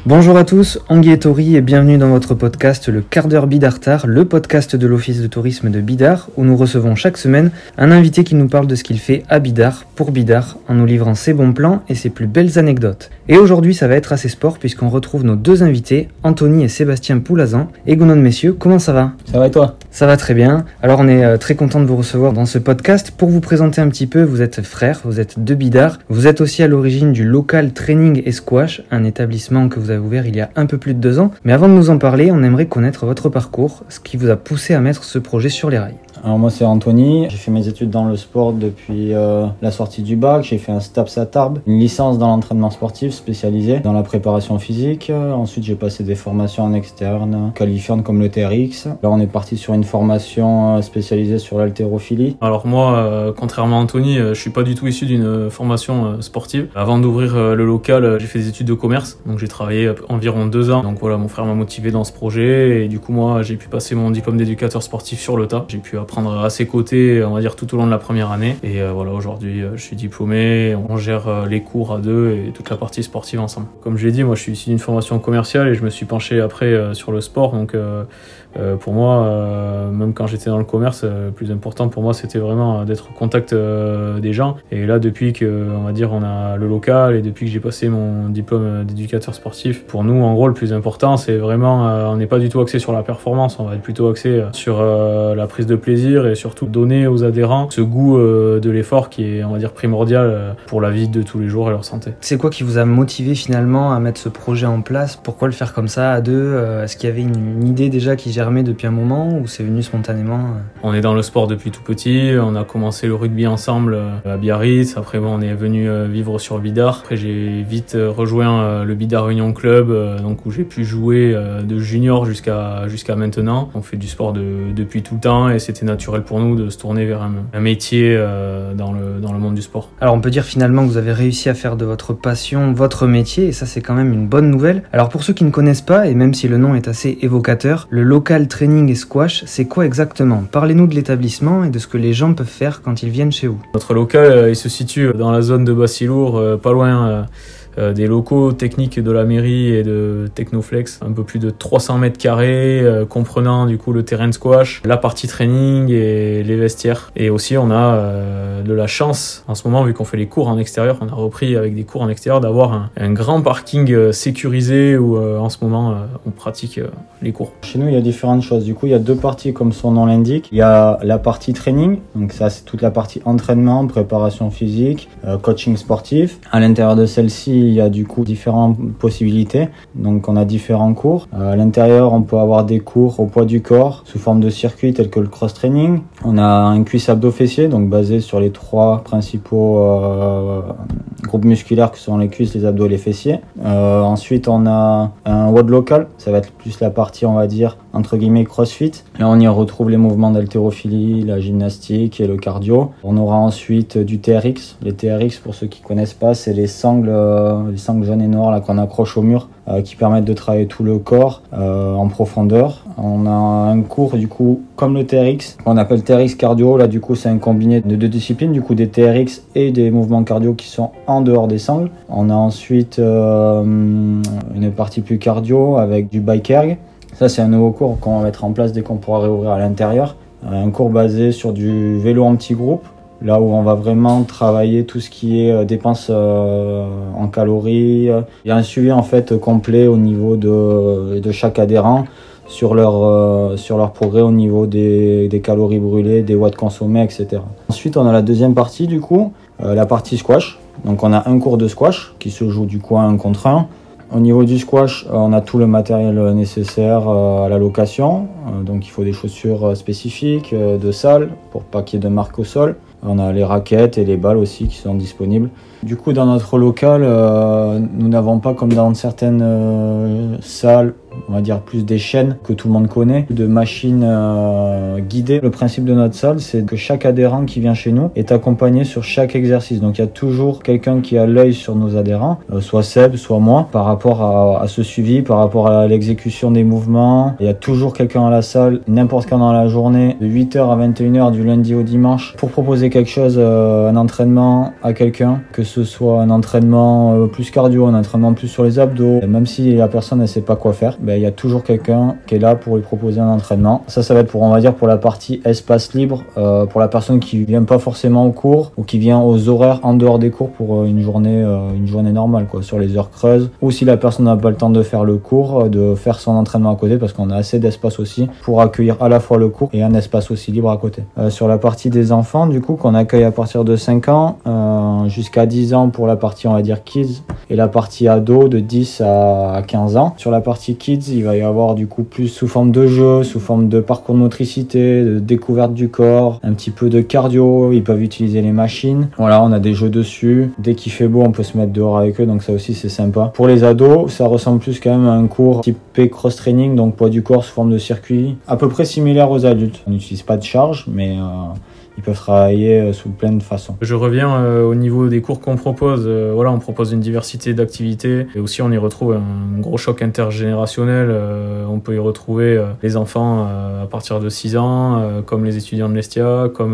Bonjour à tous, Anguille et Tori et bienvenue dans votre podcast Le Quart d'heure Bidartar, le podcast de l'Office de tourisme de Bidart où nous recevons chaque semaine un invité qui nous parle de ce qu'il fait à Bidart, pour Bidart, en nous livrant ses bons plans et ses plus belles anecdotes. Et aujourd'hui ça va être assez sport puisqu'on retrouve nos deux invités, Anthony et Sébastien Poulazan. Et Gounon messieurs, comment ça va ? Ça va et toi ? Ça va très bien. Alors on est très content de vous recevoir dans ce podcast. Pour vous présenter un petit peu, vous êtes frères, vous êtes de Bidart, vous êtes aussi à l'origine du local Training et Squash, un établissement que vous avez ouvert il y a un peu plus de 2 ans. Mais avant de nous en parler, on aimerait connaître votre parcours, ce qui vous a poussé à mettre ce projet sur les rails. Alors moi c'est Anthony, j'ai fait mes études dans le sport depuis la sortie du bac, j'ai fait un STAPS à Tarbes, une licence dans l'entraînement sportif spécialisée dans la préparation physique, ensuite j'ai passé des formations en externe qualifiantes comme le TRX. Là on est parti sur une formation spécialisée sur l'haltérophilie. Alors moi, contrairement à Anthony, je suis pas du tout issu d'une formation sportive. Avant d'ouvrir le local, j'ai fait des études de commerce, donc j'ai travaillé environ 2 ans. Donc voilà, mon frère m'a motivé dans ce projet et du coup moi j'ai pu passer mon diplôme d'éducateur sportif sur le tas. J'ai pu apprendre à ses côtés, on va dire tout au long de la première année. Et voilà, aujourd'hui je suis diplômé, on gère les cours à deux et toute la partie sportive ensemble. Comme je l'ai dit, moi je suis issu d'une formation commerciale et je me suis penché après sur le sport. Donc pour moi, même quand j'étais dans le commerce, le plus important pour moi c'était vraiment d'être au contact des gens. Et là depuis que on va dire on a le local et depuis que j'ai passé mon diplôme d'éducateur sportif, pour nous en gros le plus important c'est vraiment on n'est pas du tout axé sur la performance, on va être plutôt axé sur la prise de plaisir et surtout donner aux adhérents ce goût de l'effort qui est on va dire primordial pour la vie de tous les jours et leur santé. C'est quoi qui vous a motivé finalement à mettre ce projet en place ? Pourquoi le faire comme ça à deux ? Est-ce qu'il y avait une idée déjà qui germait depuis un moment ou c'est venu spontanément ? On est dans le sport depuis tout petit, on a commencé le rugby ensemble à Biarritz, après on est venu vivre sur Bidart. Après j'ai vite rejoint le Bidart Union Club, donc où j'ai pu jouer de junior jusqu'à maintenant. On fait du sport depuis tout le temps et c'était naturel pour nous de se tourner vers un métier dans le monde du sport. Alors on peut dire finalement que vous avez réussi à faire de votre passion votre métier et ça c'est quand même une bonne nouvelle. Alors pour ceux qui ne connaissent pas et même si le nom est assez évocateur, le local Training et Squash, c'est quoi exactement ? Parlez-nous de l'établissement et de ce que les gens peuvent faire quand ils viennent chez vous. Notre local il se situe dans la zone de Bassilour, pas loin des locaux techniques de la mairie et de Technoflex, un peu plus de 300 mètres carrés, comprenant du coup le terrain de squash, la partie training et les vestiaires. Et aussi on a de la chance en ce moment, vu qu'on fait les cours en extérieur, on a repris avec des cours en extérieur, d'avoir un grand parking sécurisé où en ce moment on pratique les cours. Chez nous il y a différentes choses, du coup il y a 2 parties comme son nom l'indique. Il y a la partie training, donc ça c'est toute la partie entraînement, préparation physique, coaching sportif. À l'intérieur de celle-ci il y a du coup différentes possibilités, donc on a différents cours. À l'intérieur on peut avoir des cours au poids du corps sous forme de circuit tels que le cross training. On a un cuisse abdos fessier, donc basé sur les 3 principaux groupes musculaires que sont les cuisses, les abdos et les fessiers. Ensuite on a un WOD local, ça va être plus la partie on va dire entre guillemets crossfit. Là on y retrouve les mouvements d'haltérophilie, la gymnastique et le cardio. On aura ensuite du TRX. Les TRX pour ceux qui connaissent pas, c'est les sangles jaunes et noirs là qu'on accroche au mur qui permettent de travailler tout le corps en profondeur. On a un cours du coup comme le TRX qu'on appelle TRX cardio. Là du coup c'est un combiné de 2 disciplines, du coup des TRX et des mouvements cardio qui sont en dehors des sangles. On a ensuite une partie plus cardio avec du bike erg. Ça c'est un nouveau cours qu'on va mettre en place dès qu'on pourra réouvrir à l'intérieur. Un cours basé sur du vélo en petits groupes. Là où on va vraiment travailler tout ce qui est dépenses en calories. Il y a un suivi en fait complet au niveau de chaque adhérent sur leur progrès au niveau des calories brûlées, des watts consommés, etc. Ensuite on a la deuxième partie du coup, la partie squash. Donc on a un cours de squash qui se joue du coup à 1 contre 1. Au niveau du squash, on a tout le matériel nécessaire à la location. Donc il faut des chaussures spécifiques, de salle pour pas qu'il y ait de marque au sol. On a les raquettes et les balles aussi qui sont disponibles. Du coup, dans notre local, nous n'avons pas comme dans certaines salles on va dire plus des chaînes que tout le monde connaît, de machines guidées. Le principe de notre salle, c'est que chaque adhérent qui vient chez nous est accompagné sur chaque exercice. Donc il y a toujours quelqu'un qui a l'œil sur nos adhérents, soit Seb, soit moi, par rapport à ce suivi, par rapport à l'exécution des mouvements. Il y a toujours quelqu'un à la salle, n'importe quand dans la journée, de 8h à 21h du lundi au dimanche, pour proposer quelque chose, un entraînement à quelqu'un, que ce soit un entraînement plus cardio, un entraînement plus sur les abdos. Et même si la personne ne sait pas quoi faire, il y a toujours quelqu'un qui est là pour lui proposer un entraînement. Ça va être on va dire pour la partie espace libre, pour la personne qui vient pas forcément au cours ou qui vient aux horaires en dehors des cours pour une journée normale, quoi, sur les heures creuses. Ou si la personne n'a pas le temps de faire le cours, de faire son entraînement à côté, parce qu'on a assez d'espace aussi pour accueillir à la fois le cours et un espace aussi libre à côté. Sur la partie des enfants, du coup, qu'on accueille à partir de 5 ans jusqu'à 10 ans pour la partie, on va dire, kids, et la partie ado de 10 à 15 ans. Sur la partie kids, il va y avoir du coup plus sous forme de jeu, sous forme de parcours de motricité, de découverte du corps, un petit peu de cardio, ils peuvent utiliser les machines. Voilà, on a des jeux dessus. Dès qu'il fait beau, on peut se mettre dehors avec eux, donc ça aussi c'est sympa. Pour les ados, ça ressemble plus quand même à un cours type cross-training, donc poids du corps sous forme de circuit, à peu près similaire aux adultes. On n'utilise pas de charge, mais ils peuvent travailler sous plein de façons. Je reviens au niveau des cours qu'on propose. On propose une diversité d'activités et aussi on y retrouve un gros choc intergénérationnel. On peut y retrouver les enfants à partir de 6 ans, comme les étudiants de l'Estia, comme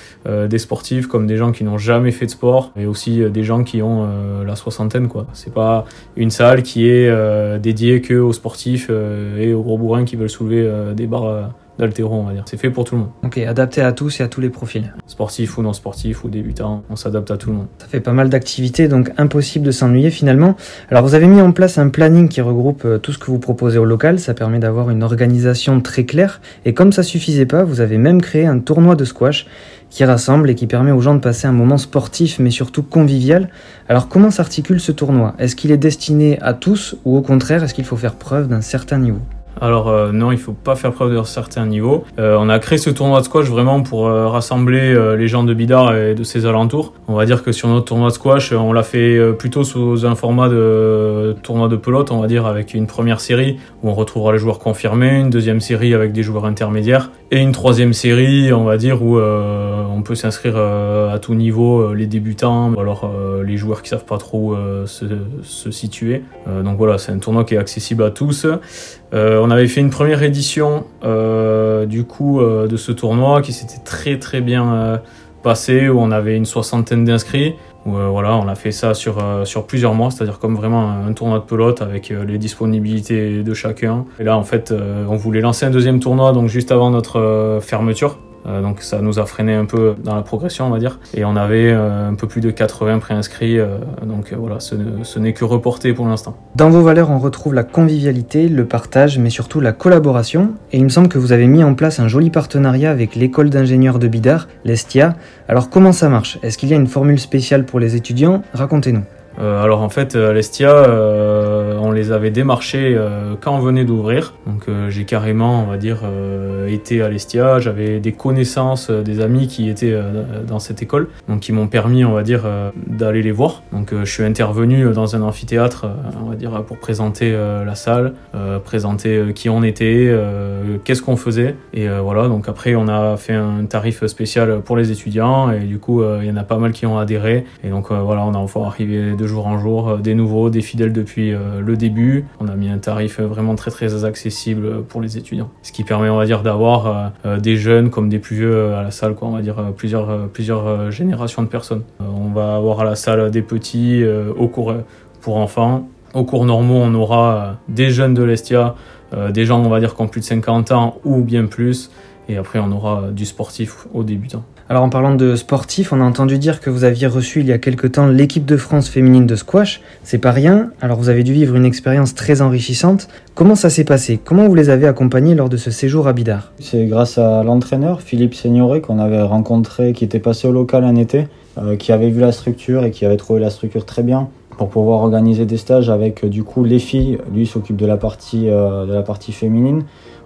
des sportifs, comme des gens qui n'ont jamais fait de sport et aussi des gens qui ont la soixantaine, quoi. C'est pas une salle qui est dédiée que aux sportifs et aux gros bourrins qui veulent soulever des barres d'haltéro, on va dire. C'est fait pour tout le monde. Ok, adapté à tous et à tous les profils. Sportifs ou non sportifs ou débutants, on s'adapte à tout le monde. Ça fait pas mal d'activités, donc impossible de s'ennuyer finalement. Alors vous avez mis en place un planning qui regroupe tout ce que vous proposez au local, ça permet d'avoir une organisation très claire, et comme ça suffisait pas, vous avez même créé un tournoi de squash qui rassemble et qui permet aux gens de passer un moment sportif mais surtout convivial. Alors comment s'articule ce tournoi ? Est-ce qu'il est destiné à tous ou au contraire est-ce qu'il faut faire preuve d'un certain niveau ? Alors non, il faut pas faire preuve d'un certain niveau. On a créé ce tournoi de squash vraiment pour rassembler les gens de Bidart et de ses alentours. On va dire que sur notre tournoi de squash, on l'a fait plutôt sous un format de tournoi de pelote, on va dire, avec une première série où on retrouvera les joueurs confirmés, une deuxième série avec des joueurs intermédiaires et une troisième série, on va dire, où on peut s'inscrire à tout niveau, les débutants ou alors les joueurs qui savent pas trop se situer. Donc voilà, c'est un tournoi qui est accessible à tous. On avait fait une première édition de ce tournoi qui s'était très très bien passé, où on avait une 60aine d'inscrits. On a fait ça sur plusieurs mois, c'est-à-dire comme vraiment un tournoi de pelote avec les disponibilités de chacun. Et là en fait on voulait lancer un deuxième tournoi donc juste avant notre fermeture. Donc ça nous a freiné un peu dans la progression, on va dire. Et on avait un peu plus de 80 préinscrits. Ce n'est que reporté pour l'instant. Dans vos valeurs, on retrouve la convivialité, le partage, mais surtout la collaboration. Et il me semble que vous avez mis en place un joli partenariat avec l'école d'ingénieurs de Bidart, l'Estia. Alors comment ça marche ? Est-ce qu'il y a une formule spéciale pour les étudiants ? Racontez-nous. Alors en fait, l'Estia, on les avait démarchés quand on venait d'ouvrir. Donc j'ai carrément, on va dire, été à l'Estia. J'avais des connaissances, des amis qui étaient dans cette école, donc qui m'ont permis, on va dire, d'aller les voir. Donc je suis intervenu dans un amphithéâtre, on va dire, pour présenter la salle, présenter qui on était, qu'est-ce qu'on faisait. Et voilà, donc après on a fait un tarif spécial pour les étudiants et du coup il y en a pas mal qui ont adhéré. Et donc on a enfin arrivé de jour en jour, des nouveaux, des fidèles depuis le début. On a mis un tarif vraiment très très accessible pour les étudiants. Ce qui permet, on va dire, d'avoir des jeunes comme des plus vieux à la salle, quoi. On va dire plusieurs générations de personnes. On va avoir à la salle des petits au cours pour enfants. Au cours normaux, on aura des jeunes de l'Estia, des gens, on va dire, qui ont plus de 50 ans ou bien plus. Et après, on aura du sportif aux débutants. Alors en parlant de sportifs, on a entendu dire que vous aviez reçu il y a quelque temps l'équipe de France féminine de squash. C'est pas rien, alors vous avez dû vivre une expérience très enrichissante. Comment ça s'est passé ? Comment vous les avez accompagnés lors de ce séjour à Bidart ? C'est grâce à l'entraîneur, Philippe Seignoret, qu'on avait rencontré, qui était passé au local un été, qui avait vu la structure et qui avait trouvé la structure très bien pour pouvoir organiser des stages avec du coup les filles. Lui s'occupe de la partie féminine.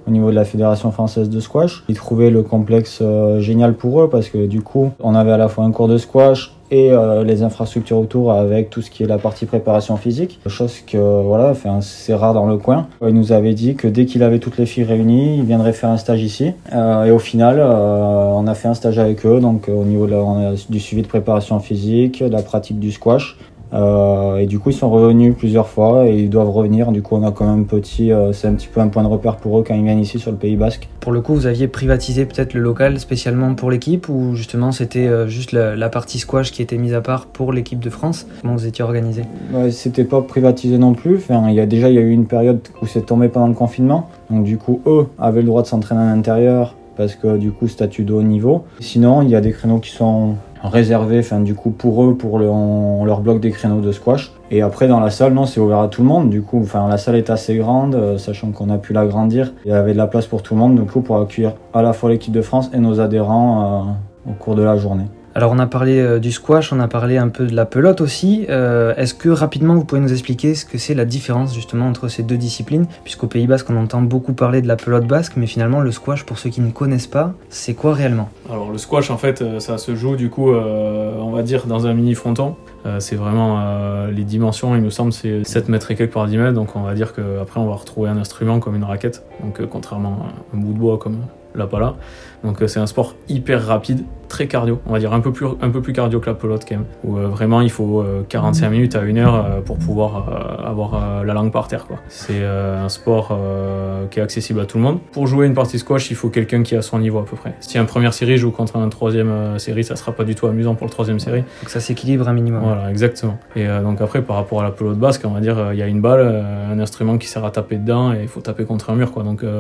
au niveau de la Fédération française de squash. Ils trouvaient le complexe génial pour eux parce que du coup, on avait à la fois un cours de squash et les infrastructures autour avec tout ce qui est la partie préparation physique. Chose que voilà, c'est rare dans le coin. Il nous avait dit que dès qu'il avait toutes les filles réunies, il viendrait faire un stage ici. Et au final, on a fait un stage avec eux, donc au niveau du suivi de préparation physique, de la pratique du squash. Et du coup ils sont revenus plusieurs fois et ils doivent revenir. Du coup on a quand même c'est un petit peu un point de repère pour eux quand ils viennent ici sur le Pays Basque. Pour le coup, vous aviez privatisé peut-être le local spécialement pour l'équipe ou justement c'était juste la partie squash qui était mise à part pour l'équipe de France? Comment vous étiez organisé? Ouais, c'était pas privatisé non plus. Il y a eu une période où c'est tombé pendant le confinement. Donc du coup eux avaient le droit de s'entraîner à l'intérieur parce que du coup statut de haut niveau. Sinon il y a des créneaux qui sont réservés du coup pour eux, on leur bloque des créneaux de squash. Et après dans la salle, non, c'est ouvert à tout le monde. Du coup la salle est assez grande, sachant qu'on a pu l'agrandir. Il y avait de la place pour tout le monde, du coup pour accueillir à la fois l'équipe de France et nos adhérents au cours de la journée. Alors on a parlé du squash, on a parlé un peu de la pelote aussi. Est-ce que rapidement vous pouvez nous expliquer ce que c'est la différence justement entre ces deux disciplines? Puisqu'au Pays Basque on entend beaucoup parler de la pelote basque, mais finalement le squash, pour ceux qui ne connaissent pas, c'est quoi réellement? Alors le squash en fait ça se joue du coup on va dire dans un mini fronton. C'est vraiment les dimensions, il me semble c'est 7 mètres et quelques par 10 mètres, donc on va dire qu'après on va retrouver un instrument comme une raquette, donc contrairement à un bout de bois comme la pala. Donc c'est un sport hyper rapide, très cardio, on va dire un peu plus cardio que la pelote quand même, où vraiment il faut 45 minutes à 1 heure pour pouvoir avoir la langue par terre, quoi. C'est un sport qui est accessible à tout le monde. Pour jouer une partie squash, il faut quelqu'un qui a son niveau à peu près. Si une première série joue contre un troisième série, ça sera pas du tout amusant pour le troisième série. Donc ça s'équilibre un minimum. Voilà, exactement. Et donc après par rapport à la pelote basque, on va dire il y a une balle, un instrument qui sert à taper dedans et il faut taper contre un mur, quoi. Donc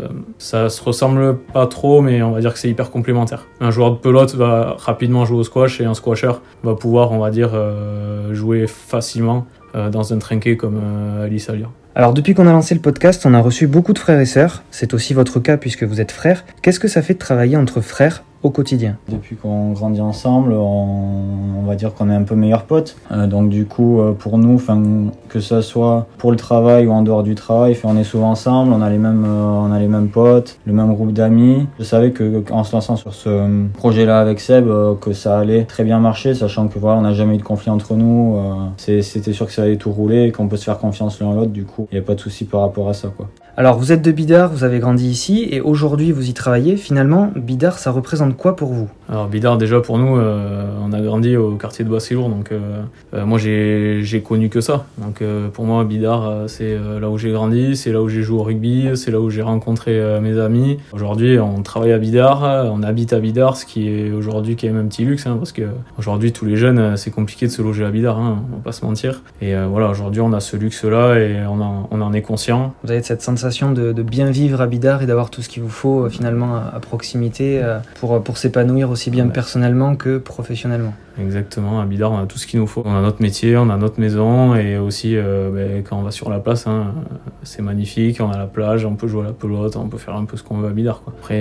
ça se ressemble pas trop, mais on va dire que c'est hyper complémentaire. Un joueur de pelote va rapidement jouer au squash et un squasher va pouvoir, on va dire, jouer facilement dans un trinquet comme Alice Alia. Alors depuis qu'on a lancé le podcast, on a reçu beaucoup de frères et sœurs. C'est aussi votre cas puisque vous êtes frères. Qu'est-ce que ça fait de travailler entre frères au quotidien? Depuis qu'on grandit ensemble, on va dire qu'on est un peu meilleurs potes. Donc du coup, pour nous, que ça soit pour le travail ou en dehors du travail, on est souvent ensemble, on a les mêmes potes, le même groupe d'amis. Je savais qu'en se lançant sur ce projet-là avec Seb, que ça allait très bien marcher, sachant que voilà, on n'a jamais eu de conflit entre nous. C'était sûr que ça allait tout rouler et qu'on peut se faire confiance l'un à l'autre. Du coup, il n'y a pas de souci par rapport à ça, quoi. Alors vous êtes de Bidart, vous avez grandi ici et aujourd'hui vous y travaillez. Finalement, Bidart, ça représente quoi pour vous? Alors Bidart, déjà pour nous, on a grandi au quartier de Bois-Séjour, donc moi j'ai connu que ça. Donc pour moi Bidart, c'est là où j'ai grandi, c'est là où j'ai joué au rugby, c'est là où j'ai rencontré mes amis. Aujourd'hui on travaille à Bidart, on habite à Bidart, ce qui est aujourd'hui quand même un petit luxe, parce que aujourd'hui tous les jeunes c'est compliqué de se loger à Bidart, on va pas se mentir. Et voilà, aujourd'hui on a ce luxe-là et on en est conscient. Vous avez cette sensation de bien vivre à Bidart et d'avoir tout ce qu'il vous faut finalement à proximité pour s'épanouir aussi bien personnellement que professionnellement. Exactement, à Bidart on a tout ce qu'il nous faut. On a notre métier, on a notre maison et aussi quand on va sur la place, c'est magnifique, on a la plage, on peut jouer à la pelote, on peut faire un peu ce qu'on veut à Bidart, quoi. Après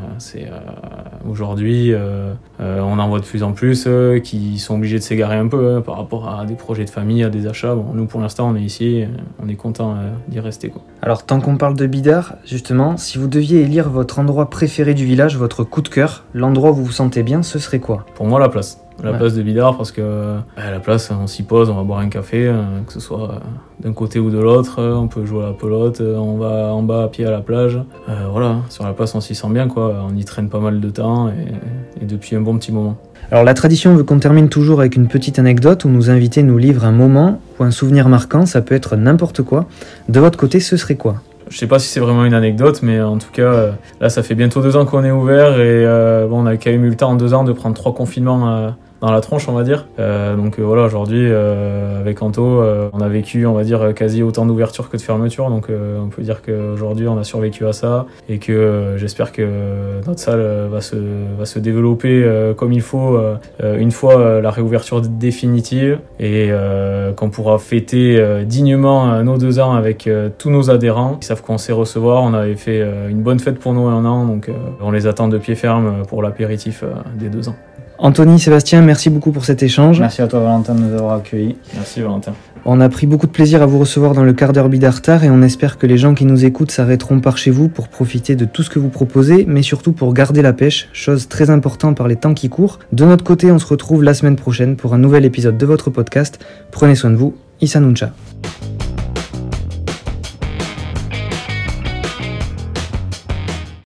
aujourd'hui on en voit de plus en plus qui sont obligés de s'égarer un peu par rapport à des projets de famille, à des achats. Bon, nous pour l'instant on est ici, on est content d'y rester, quoi. Alors tant qu'on parle de Bidart, justement, si vous deviez élire votre endroit préféré du village, votre coup de cœur, l'endroit où vous vous sentez bien, ce serait quoi? Pour moi la place. La place de Bidart, parce que la place, on s'y pose, on va boire un café, que ce soit d'un côté ou de l'autre, on peut jouer à la pelote, on va en bas à pied à la plage. Voilà, sur la place on s'y sent bien, quoi. On y traîne pas mal de temps et depuis un bon petit moment. Alors la tradition veut qu'on termine toujours avec une petite anecdote où nos invités nous livrent un moment ou un souvenir marquant, ça peut être n'importe quoi. De votre côté, ce serait quoi? Je sais pas si c'est vraiment une anecdote, mais en tout cas, là ça fait bientôt 2 ans qu'on est ouvert et on a quand même eu le temps en 2 ans de prendre 3 confinements dans la tronche, on va dire. Donc voilà, aujourd'hui avec Anto, on a vécu, on va dire, quasi autant d'ouverture que de fermeture. Donc on peut dire qu'aujourd'hui on a survécu à ça et que j'espère que notre salle va se développer comme il faut une fois la réouverture définitive et qu'on pourra fêter dignement nos 2 ans avec tous nos adhérents. Ils savent qu'on sait recevoir. On avait fait une bonne fête pour nous 1 an, donc on les attend de pied ferme pour l'apéritif des 2 ans. Anthony, Sébastien, merci beaucoup pour cet échange. Merci à toi Valentin de nous avoir accueillis. Merci Valentin. On a pris beaucoup de plaisir à vous recevoir dans le quart d'heure Bidartar et on espère que les gens qui nous écoutent s'arrêteront par chez vous pour profiter de tout ce que vous proposez, mais surtout pour garder la pêche, chose très importante par les temps qui courent. De notre côté, on se retrouve la semaine prochaine pour un nouvel épisode de votre podcast. Prenez soin de vous, Issa Nuncha.